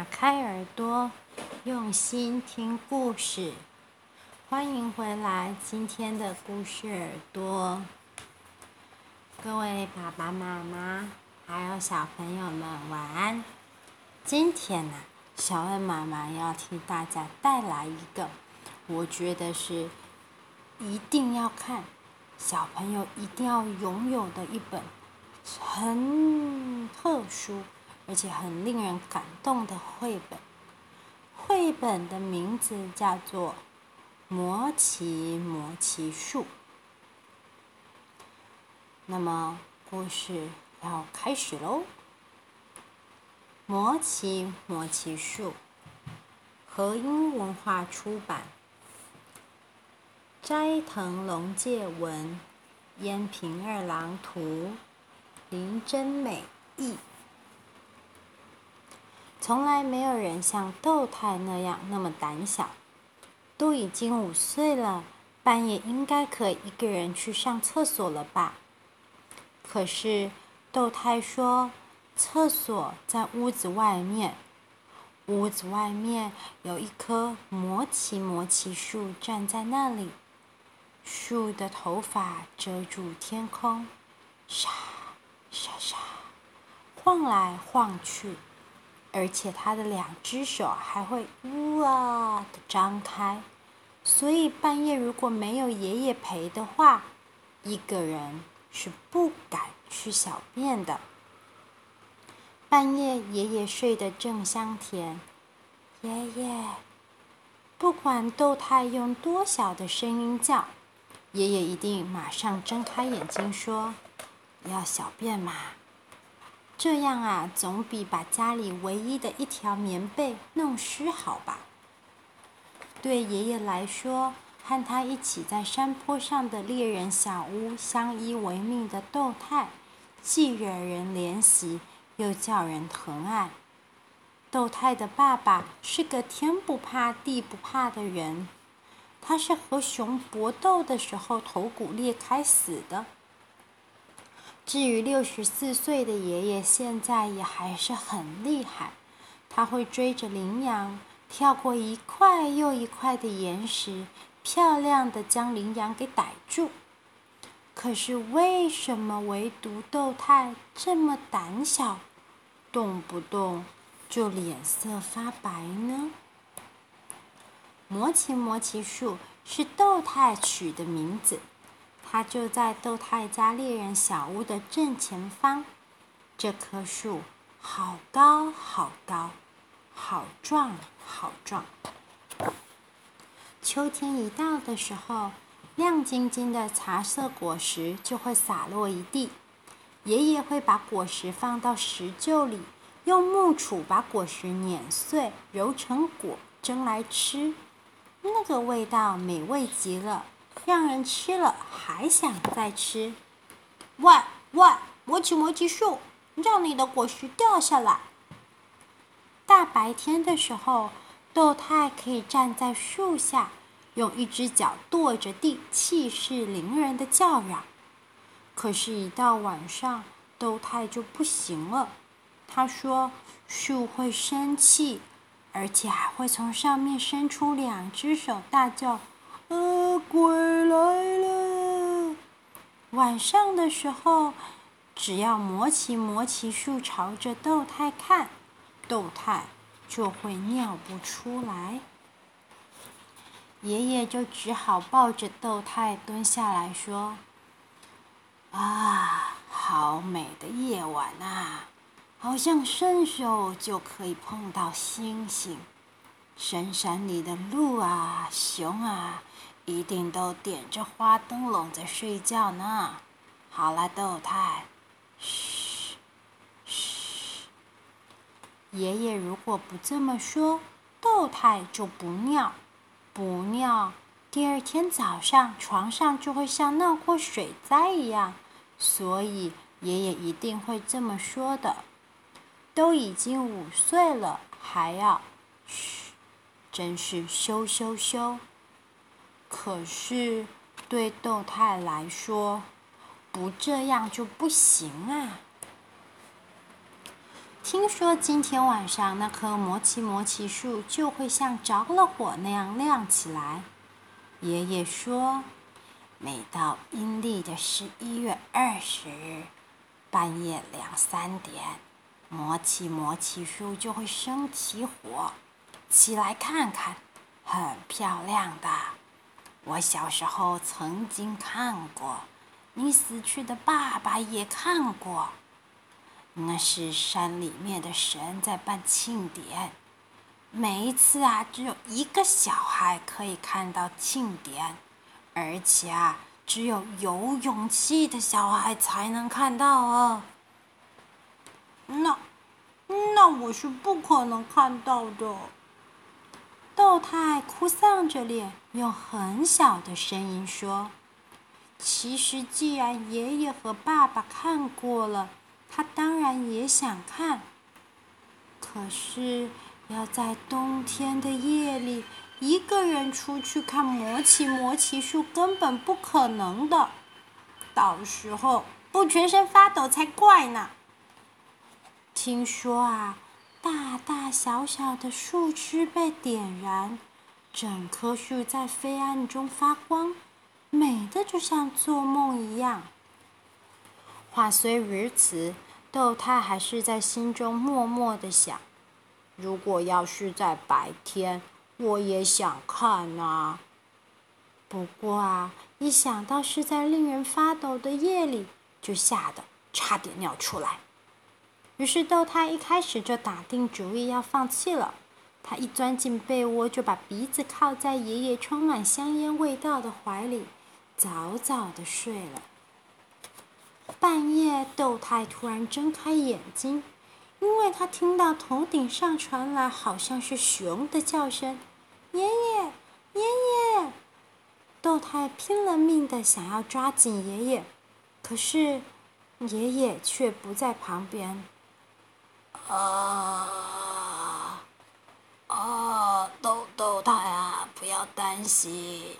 打开耳朵，用心听故事。欢迎回来，今天的故事耳朵。各位爸爸妈妈还有小朋友们晚安。今天呢，小恩妈妈要替大家带来一个我觉得是一定要看，小朋友一定要拥有的一本很特殊而且很令人感动的绘本。绘本的名字叫做《魔奇魔奇树》。那么故事要开始喽。魔奇魔奇树，和音文化出版，斋藤龙介文，燕平二郎图，林真美译。从来没有人像豆太那样那么胆小，都已经5岁了，半夜应该可以一个人去上厕所了吧？可是豆太说，厕所在屋子外面，屋子外面有一棵魔奇魔奇树站在那里，树的头发遮住天空，沙沙沙，晃来晃去。而且他的2只手还会呜啊的张开，所以半夜如果没有爷爷陪的话，一个人是不敢去小便的。半夜爷爷睡得正香甜，爷爷，不管豆太用多小的声音叫，爷爷一定马上睁开眼睛说：“要小便嘛。”这样啊，总比把家里唯一的一条棉被弄湿好吧？对爷爷来说，和他一起在山坡上的猎人小屋相依为命的豆太，既惹人怜惜，又叫人疼爱。豆太的爸爸是个天不怕地不怕的人，他是和熊搏斗的时候头骨裂开死的。至于64岁的爷爷，现在也还是很厉害。他会追着羚羊，跳过一块又一块的岩石，漂亮的将羚羊给逮住。可是为什么唯独豆太这么胆小，动不动就脸色发白呢？魔奇魔奇树是豆太取的名字。它就在豆太家猎人小屋的正前方。这棵树好高好高，好壮好壮。秋天一到的时候，亮晶晶的茶色果实就会洒落一地。爷爷会把果实放到石臼里，用木杵把果实碾碎，揉成果蒸来吃。那个味道美味极了，让人吃了还想再吃。喂喂，魔奇魔奇树，让你的果实掉下来！大白天的时候，豆太可以站在树下，用一只脚跺着地，气势凌人的叫嚷。可是，一到晚上，豆太就不行了。他说，树会生气，而且还会从上面伸出2只手，大叫：“鬼来了！”晚上的时候，只要魔奇魔奇树朝着豆太看，豆太就会尿不出来。爷爷就只好抱着豆太蹲下来说：“啊，好美的夜晚啊，好像伸手就可以碰到星星。深山里的鹿啊，熊啊，一定都点着花灯笼在睡觉呢。好了，豆太，嘘，嘘。”爷爷如果不这么说，豆太就不尿，不尿，第2天早上床上就会像闹过水灾一样。所以爷爷一定会这么说的。都已经5岁了，还要嘘，真是羞羞羞。可是对豆太来说，不这样就不行啊。 听说今天晚上那棵魔奇树就会像着了火那样亮起来。爷爷说，每到阴历的11月20日，半夜2、3点，魔奇树就会升起火，起来看看，很漂亮的。我小时候曾经看过，你死去的爸爸也看过。那是山里面的神在办庆典，每一次只有一个小孩可以看到庆典，而且只有有勇气的小孩才能看到哦。那我是不可能看到的。豆太哭丧着脸，用很小的声音说：“其实既然爷爷和爸爸看过了，他当然也想看。可是要在冬天的夜里，一个人出去看魔奇树根本不可能的。到时候不全身发抖才怪呢。听说大大小小的树枝被点燃，整棵树在黑暗中发光，美得就像做梦一样。”话虽如此，豆太还是在心中默默地想：如果要是在白天，我也想看啊。不过一想到是在令人发抖的夜里，就吓得差点尿出来。于是豆太一开始就打定主意要放弃了。他一钻进被窝，就把鼻子靠在爷爷充满香烟味道的怀里，早早地睡了。半夜，豆太突然睁开眼睛，因为他听到头顶上传来好像是熊的叫声：“爷爷，爷爷！”豆太拼了命的想要抓紧爷爷，可是爷爷却不在旁边。豆太不要担心，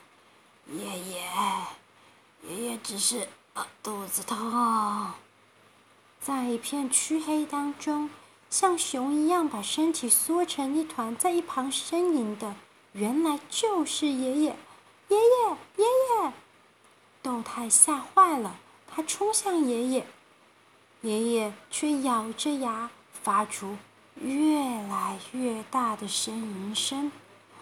爷爷只是肚子痛。在一片黢黑当中，像熊一样把身体缩成一团，在一旁呻吟的，原来就是爷爷！爷爷，爷爷！豆太吓坏了，他冲向爷爷，爷爷却咬着牙，发出越来越大的呻吟声。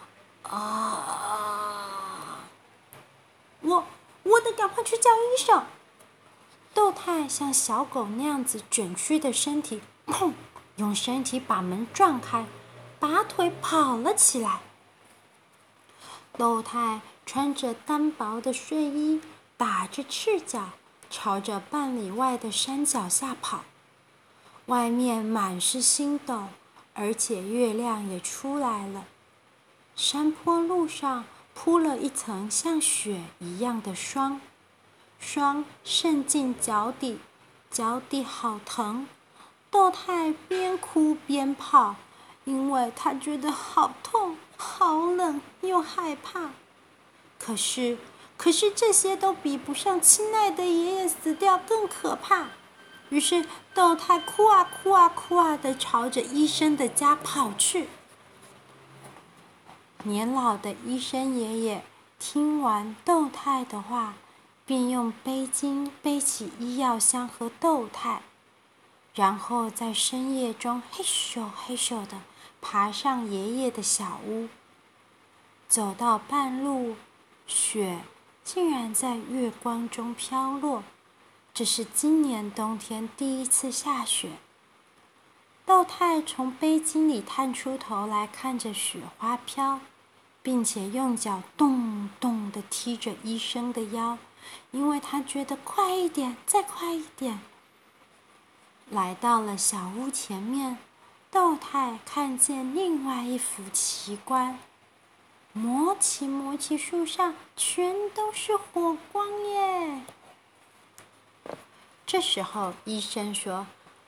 我得赶快去叫医生。豆太像小狗那样子卷曲的身体，砰，用身体把门撞开，拔腿跑了起来。豆太穿着单薄的睡衣，打着赤脚，朝着半里外的山脚下跑。外面满是星斗，而且月亮也出来了。山坡路上铺了一层像雪一样的霜，霜渗进脚底，脚底好疼。豆太边哭边跑，因为他觉得好痛、好冷又害怕。可是这些都比不上亲爱的爷爷死掉更可怕。于是豆太哭的朝着医生的家跑去。年老的医生爷爷听完豆太的话，便用背巾背起医药箱和豆太，然后在深夜中嘿咻的爬上爷爷的小屋。走到半路，雪竟然在月光中飘落，这是今年冬天第一次下雪。豆太从背巾里探出头来，看着雪花飘，并且用脚咚咚地踢着医生的腰，因为他觉得快一点，再快一点。来到了小屋前面，豆太看见另外一幅奇观：魔奇树上全都是火光耶！这时候医生说：“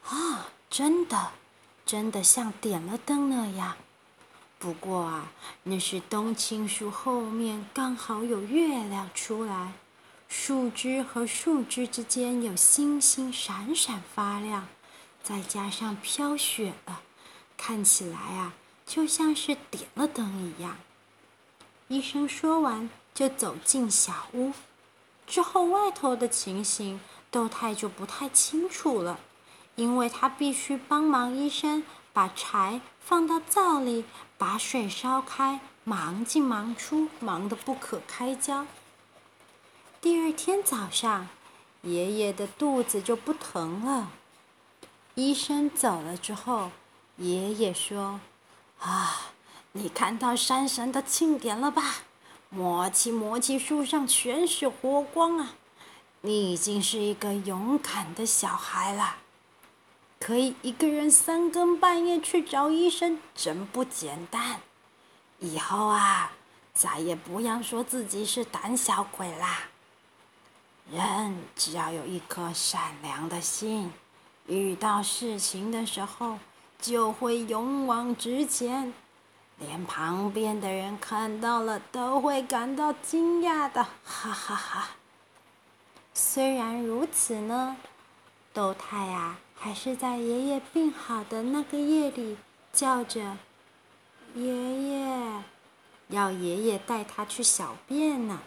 真的像点了灯那样。不过那是冬青树后面刚好有月亮出来，树枝和树枝之间有星星闪闪发亮， 再加上飘雪了，看起来啊，就像是点了灯一样。医生说完，就走进小屋。之后外头的情形，豆太就不太清楚了，因为他必须帮忙医生把柴放到灶里，把水烧开，忙进忙出，忙得不可开交。第二天早上，爷爷的肚子就不疼了。医生走了之后，爷爷说：“啊，你看到山神的庆典了吧？摸起树上全是火光啊！你已经是一个勇敢的小孩了，可以一个人3更半夜去找医生，真不简单。以后啊，再也不要说自己是胆小鬼啦。人只要有一颗善良的心，遇到事情的时候就会勇往直前，连旁边的人看到了都会感到惊讶的，哈哈哈。”虽然如此呢，豆太啊，还是在爷爷病好的那个夜里叫着爷爷，要爷爷带他去小便呢。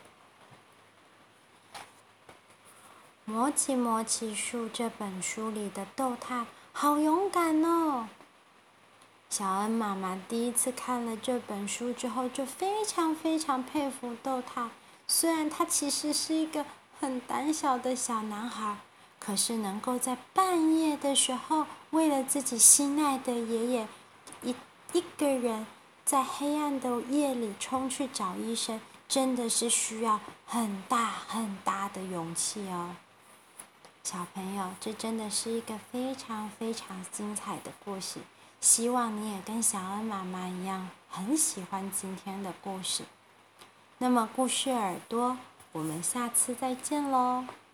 摸起树这本书里的豆太好勇敢哦。小恩妈妈第一次看了这本书之后，就非常非常佩服豆太。虽然他其实是一个很胆小的小男孩，可是能够在半夜的时候，为了自己心爱的爷爷，一个人在黑暗的夜里冲去找医生，真的是需要很大很大的勇气哦。小朋友，这真的是一个非常非常精彩的故事，希望你也跟小恩妈妈一样，很喜欢今天的故事。那么故事耳朵，我们下次再见喽。